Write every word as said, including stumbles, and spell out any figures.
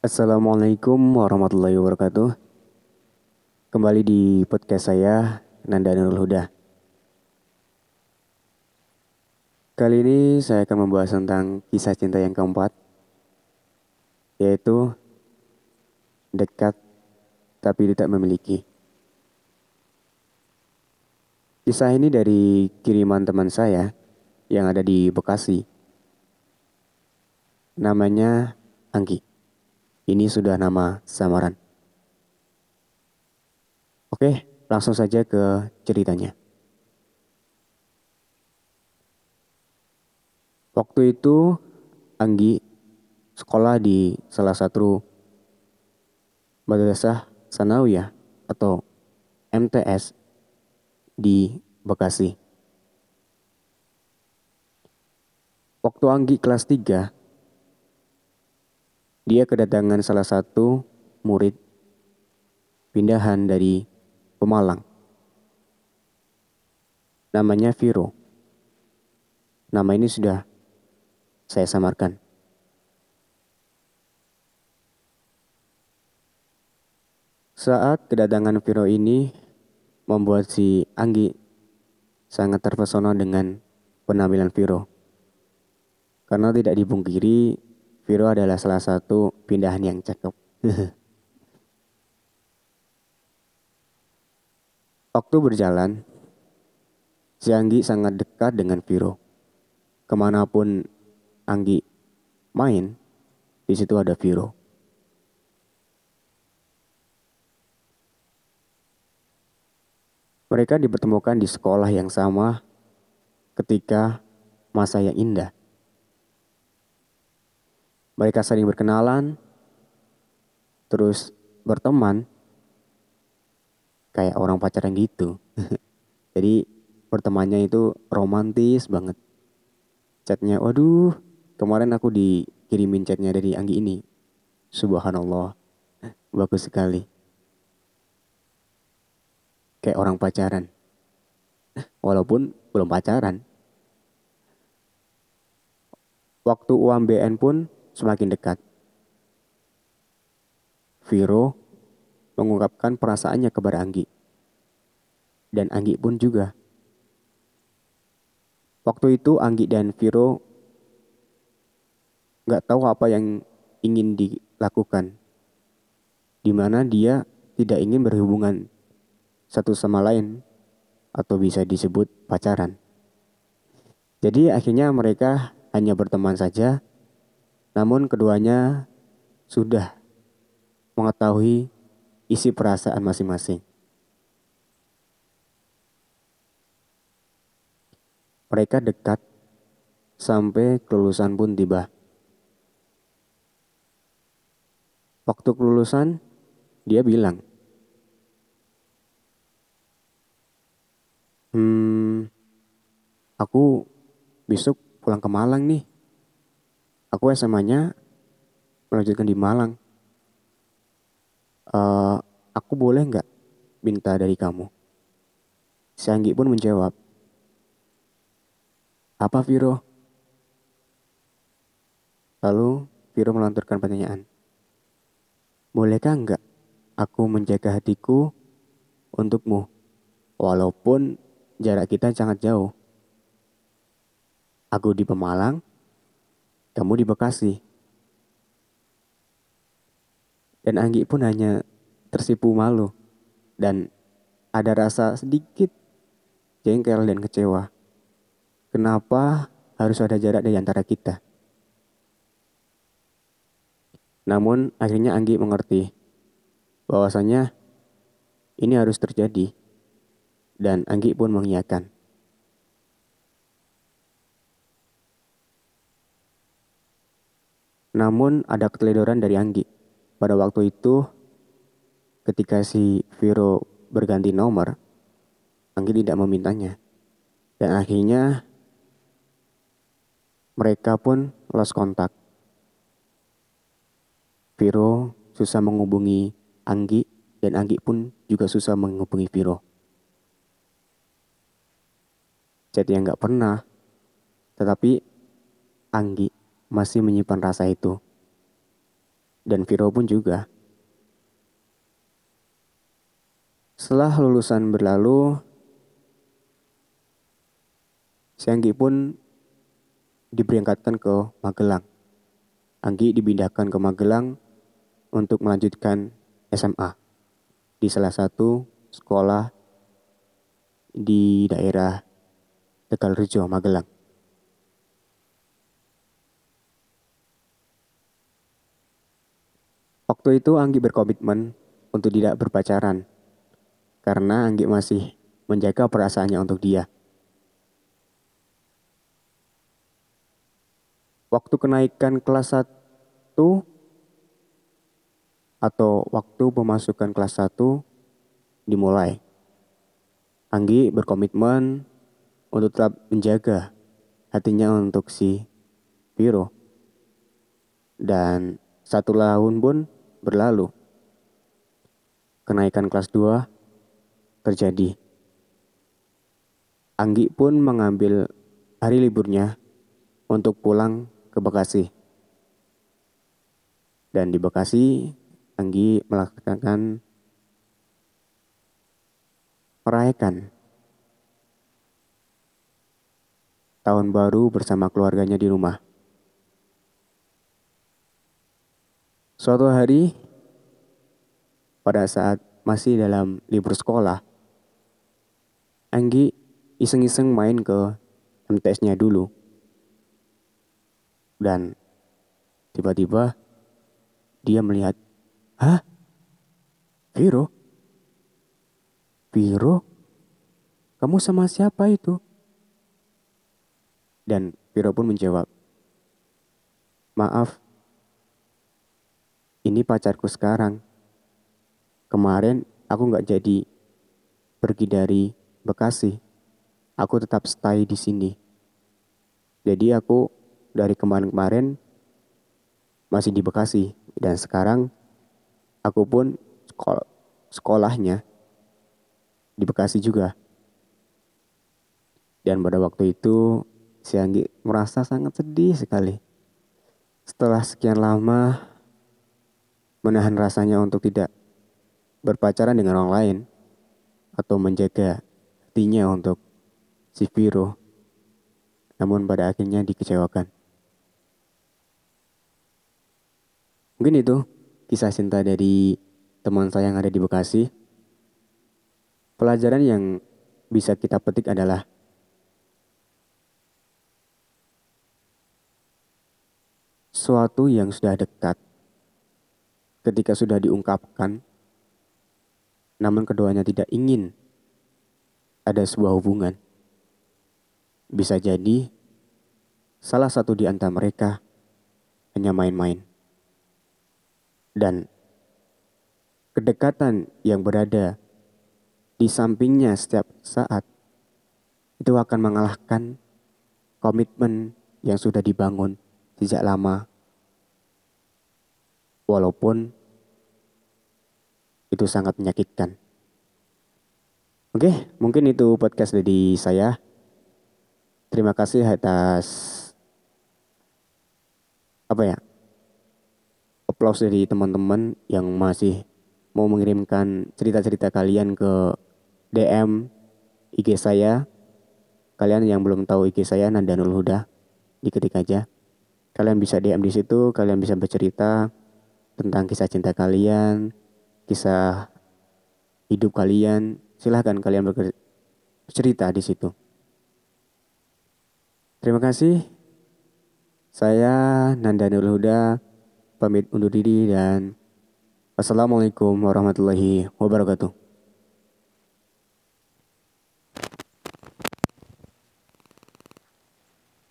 Assalamualaikum warahmatullahi wabarakatuh. Kembali di podcast saya, Nanda Nurul Huda. Kali ini saya akan membahas tentang kisah cinta yang keempat, yaitu dekat tapi tidak memiliki. Kisah ini dari kiriman teman saya yang ada di Bekasi. Namanya Anggi. Ini sudah nama samaran. Oke, langsung saja ke ceritanya. Waktu itu Anggi sekolah di salah satu madrasah sanawiyah atau M T S di Bekasi. Waktu Anggi kelas tiga, dia kedatangan salah satu murid pindahan dari Pemalang. Namanya Viro. Nama ini sudah saya samarkan. Saat kedatangan Viro ini membuat si Anggi sangat terpesona dengan penampilan Viro. Karena tidak dipungkiri, Viro adalah salah satu pindahan yang cakep. Waktu berjalan, si Anggi sangat dekat dengan Viro. Kemanapun Anggi main, di situ ada Viro. Mereka dipertemukan di sekolah yang sama ketika masa yang indah. Mereka saling berkenalan, terus berteman, kayak orang pacaran gitu. Jadi pertemanannya itu romantis banget. Chatnya, waduh, kemarin aku dikirimin chatnya dari Anggi ini. Subhanallah, bagus sekali. Kayak orang pacaran, walaupun belum pacaran. Waktu U M B N pun semakin dekat. Viro mengungkapkan perasaannya kepada Anggi. Dan Anggi pun juga. Waktu itu Anggi dan Viro gak tahu apa yang ingin dilakukan. Di mana dia tidak ingin berhubungan satu sama lain atau bisa disebut pacaran. Jadi akhirnya mereka hanya berteman saja, namun keduanya sudah mengetahui isi perasaan masing-masing. Mereka dekat sampai kelulusan pun tiba. Waktu kelulusan, dia bilang, Hmm, aku besok pulang ke Malang nih. Aku S M A-nya melanjutkan di Malang. Eh, aku boleh nggak minta dari kamu? Si Anggi pun menjawab, apa Viro? Lalu Viro melanturkan pertanyaan, bolehkah nggak aku menjaga hatiku untukmu? Walaupun jarak kita sangat jauh. Aku di Pemalang, kamu di Bekasi. Dan Anggi pun hanya tersipu malu dan ada rasa sedikit jengkel dan kecewa. Kenapa harus ada jarak di antara kita? Namun akhirnya Anggi mengerti bahwasanya ini harus terjadi dan Anggi pun mengiyakan. Namun ada keteledoran dari Anggi. Pada waktu itu ketika si Viro berganti nomor, Anggi tidak memintanya. Dan akhirnya mereka pun lost kontak. Viro susah menghubungi Anggi dan Anggi pun juga susah menghubungi Viro. Chat yang gak pernah, tetapi Anggi masih menyimpan rasa itu. Dan Viro pun juga. Setelah lulusan berlalu, si Anggi pun diberangkatkan ke Magelang. Anggi dipindahkan ke Magelang untuk melanjutkan S M A di salah satu sekolah di daerah Tegalrejo, Magelang. Waktu itu Anggi berkomitmen untuk tidak berpacaran karena Anggi masih menjaga perasaannya untuk dia. Waktu kenaikan kelas satu atau waktu pemasukan kelas satu dimulai. Anggi berkomitmen untuk tetap menjaga hatinya untuk si Viro. Dan satu tahun pun berlalu. Kenaikan kelas dua terjadi. Anggi pun mengambil hari liburnya untuk pulang ke Bekasi. Dan di Bekasi, Anggi melaksanakan merayakan tahun baru bersama keluarganya di rumah. Suatu hari, pada saat masih dalam libur sekolah, Anggi iseng-iseng main ke M T S-nya dulu. Dan tiba-tiba dia melihat, "Hah? Viro? Viro? Kamu sama siapa itu?" Dan Viro pun menjawab, "Maaf, ini pacarku sekarang. Kemarin aku gak jadi pergi dari Bekasi. Aku tetap stay di sini. Jadi aku dari kemarin-kemarin masih di Bekasi. Dan sekarang aku pun sekol- sekolahnya di Bekasi juga." Dan pada waktu itu si Anggi merasa sangat sedih sekali. Setelah sekian lama menahan rasanya untuk tidak berpacaran dengan orang lain atau menjaga hatinya untuk si Viro, namun pada akhirnya dikecewakan. Mungkin itu kisah cinta dari teman saya yang ada di Bekasi. Pelajaran yang bisa kita petik adalah suatu yang sudah dekat ketika sudah diungkapkan, namun keduanya tidak ingin ada sebuah hubungan. Bisa jadi salah satu di antara mereka hanya main-main. Dan kedekatan yang berada di sampingnya setiap saat itu akan mengalahkan komitmen yang sudah dibangun sejak lama. Walaupun itu sangat menyakitkan. Oke, mungkin itu podcast dari saya. Terima kasih atas apa ya? Applause dari teman-teman yang masih mau mengirimkan cerita-cerita kalian ke D M I G saya. Kalian yang belum tahu I G saya Nandanul Huda, diketik aja. Kalian bisa D M di situ, kalian bisa bercerita tentang kisah cinta kalian, kisah hidup kalian. Silahkan kalian bercerita di situ. Terima kasih. Saya Nandanul Huda pamit undur diri dan wassalamualaikum warahmatullahi wabarakatuh.